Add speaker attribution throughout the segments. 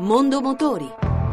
Speaker 1: Mondo Motori.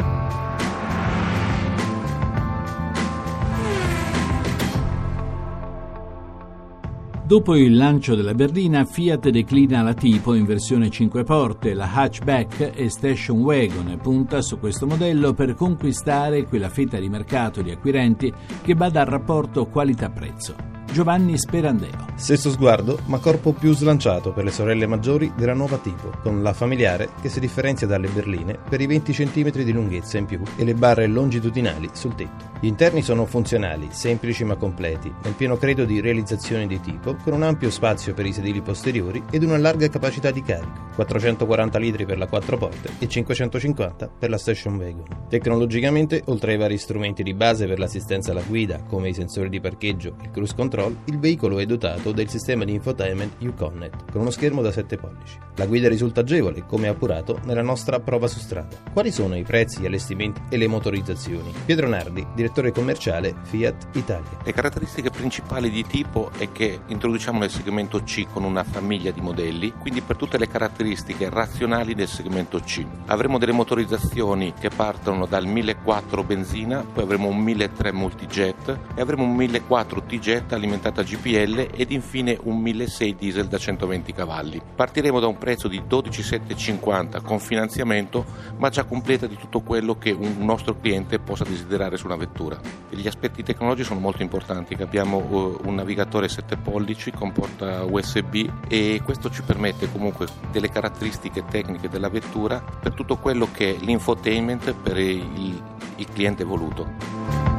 Speaker 2: Dopo il lancio della berlina, Fiat declina la Tipo in versione 5 porte, la hatchback e station wagon e punta su questo modello per conquistare quella fetta di mercato di acquirenti che bada al rapporto qualità-prezzo. Giovanni Sperandeo.
Speaker 3: Stesso sguardo, ma corpo più slanciato per le sorelle maggiori della nuova Tipo, con la familiare che si differenzia dalle berline per i 20 cm di lunghezza in più e le barre longitudinali sul tetto. Gli interni sono funzionali, semplici ma completi, nel pieno credo di realizzazione di Tipo, con un ampio spazio per i sedili posteriori ed una larga capacità di carico, 440 litri per la 4 porte e 550 per la station wagon. Tecnologicamente, oltre ai vari strumenti di base per l'assistenza alla guida, come i sensori di parcheggio e il cruise control, il veicolo è dotato del sistema di infotainment Uconnect, con uno schermo da 7 pollici. La guida risulta agevole, come appurato nella nostra prova su strada. Quali sono i prezzi, gli allestimenti e le motorizzazioni? Pietro Nardi, direttore commerciale Fiat Italia.
Speaker 4: Le caratteristiche principali di Tipo è che introduciamo nel segmento C con una famiglia di modelli, quindi per tutte le caratteristiche razionali del segmento C. Avremo delle motorizzazioni che partono dal 1.400 benzina, poi avremo un 1.300 multijet e avremo un 1.400 T-Jet alimentata a GPL ed infine un 1.600 diesel da 120 cavalli. Partiremo da un prezzo di 12.750 con finanziamento, ma già completa di tutto quello che un nostro cliente possa desiderare su una vettura. Gli aspetti tecnologici sono molto importanti, abbiamo un navigatore 7 pollici con porta USB e questo ci permette comunque delle caratteristiche tecniche della vettura per tutto quello che è l'infotainment per il cliente voluto.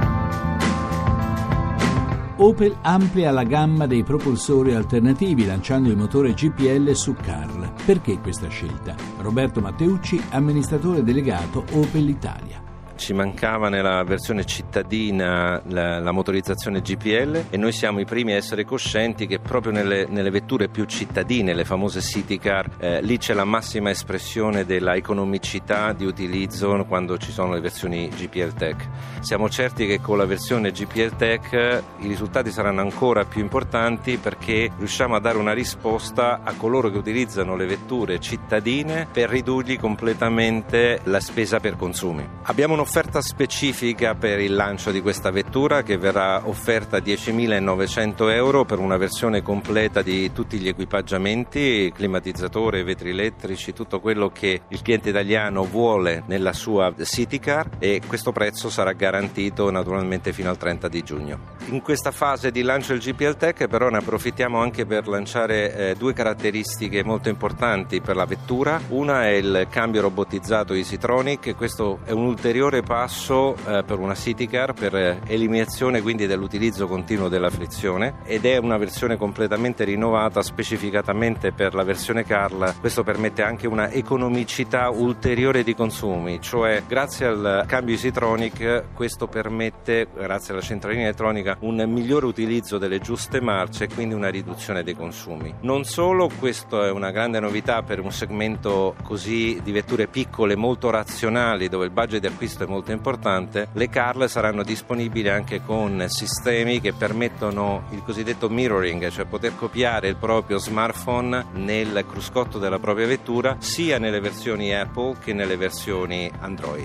Speaker 2: Opel amplia la gamma dei propulsori alternativi lanciando il motore GPL su Carl. Perché questa scelta? Roberto Matteucci, amministratore delegato Opel Italia.
Speaker 5: Ci mancava nella versione cittadina la motorizzazione GPL e noi siamo i primi a essere coscienti che proprio nelle vetture più cittadine, le famose city car, lì c'è la massima espressione della economicità di utilizzo quando ci sono le versioni GPL Tech. Siamo certi che con la versione GPL Tech i risultati saranno ancora più importanti perché riusciamo a dare una risposta a coloro che utilizzano le vetture cittadine per ridurgli completamente la spesa per consumi. Abbiamo un'offerta specifica per il lancio di questa vettura che verrà offerta a 10.900 euro per una versione completa di tutti gli equipaggiamenti, climatizzatore, vetri elettrici, tutto quello che il cliente italiano vuole nella sua city car e questo prezzo sarà garantito naturalmente fino al 30 di giugno. In questa fase di lancio del GPL Tech però ne approfittiamo anche per lanciare due caratteristiche molto importanti per la vettura. Una è il cambio robotizzato EasyTronic e questo è un ulteriore passo per una city car per eliminazione quindi dell'utilizzo continuo della frizione ed è una versione completamente rinnovata specificatamente per la versione Carl. Questo permette anche una economicità ulteriore di consumi, cioè grazie al cambio EasyTronic questo permette, grazie alla centralina elettronica, un migliore utilizzo delle giuste marce e quindi una riduzione dei consumi. Non solo, questo è una grande novità per un segmento così di vetture piccole molto razionali dove il budget di acquisto è molto importante. Le Carl saranno disponibili anche con sistemi che permettono il cosiddetto mirroring, cioè poter copiare il proprio smartphone nel cruscotto della propria vettura sia nelle versioni Apple che nelle versioni Android.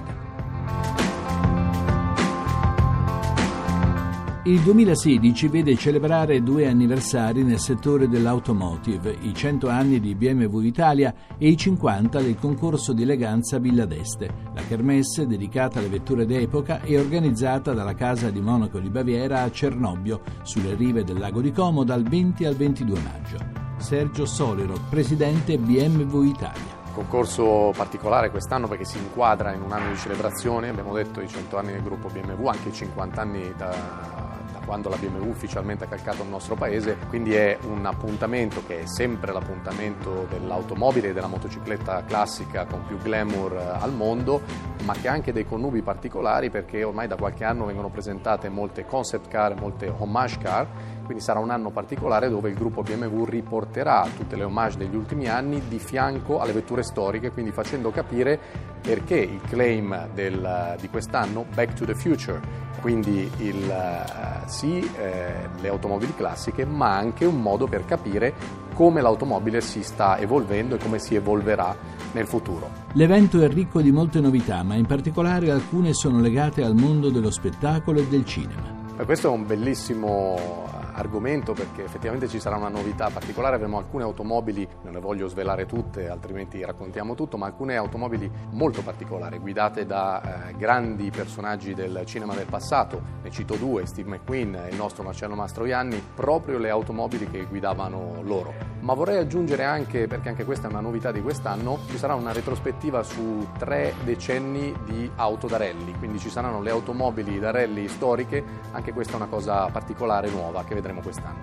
Speaker 2: Il 2016 vede celebrare 2 anniversari nel settore dell'automotive, i 100 anni di BMW Italia e i 50 del concorso di eleganza Villa d'Este. La kermesse, dedicata alle vetture d'epoca, è organizzata dalla Casa di Monaco di Baviera a Cernobbio, sulle rive del lago di Como, dal 20 al 22 maggio. Sergio Solero, presidente BMW Italia.
Speaker 6: Concorso particolare quest'anno perché si inquadra in un anno di celebrazione, abbiamo detto i 100 anni del gruppo BMW, anche i 50 anni da quando la BMW ufficialmente ha calcato il nostro paese, quindi è un appuntamento che è sempre l'appuntamento dell'automobile e della motocicletta classica con più glamour al mondo, ma che ha anche dei connubi particolari perché ormai da qualche anno vengono presentate molte concept car, molte homage car, quindi sarà un anno particolare dove il gruppo BMW riporterà tutte le homage degli ultimi anni di fianco alle vetture storiche, quindi facendo capire perché il claim di quest'anno Back to the Future, quindi le automobili classiche, ma anche un modo per capire come l'automobile si sta evolvendo e come si evolverà nel futuro.
Speaker 2: L'evento è ricco di molte novità, ma in particolare alcune sono legate al mondo dello spettacolo e del cinema.
Speaker 6: Questo è un bellissimo argomento, perché effettivamente ci sarà una novità particolare. Avremo alcune automobili, non le voglio svelare tutte altrimenti raccontiamo tutto, ma alcune automobili molto particolari, guidate da grandi personaggi del cinema del passato. Ne cito due: Steve McQueen e il nostro Marcello Mastroianni, proprio le automobili che guidavano loro. Ma vorrei aggiungere anche, perché anche questa è una novità di quest'anno, ci sarà una retrospettiva su 3 decenni di auto da rally, quindi ci saranno le automobili da rally storiche. Anche questa è una cosa particolare, nuova, che vedremo quest'anno.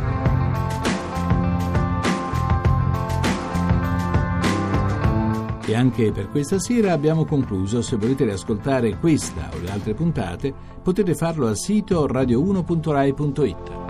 Speaker 2: E anche per questa sera abbiamo concluso. Se volete riascoltare questa o le altre puntate, potete farlo al sito radio1.rai.it.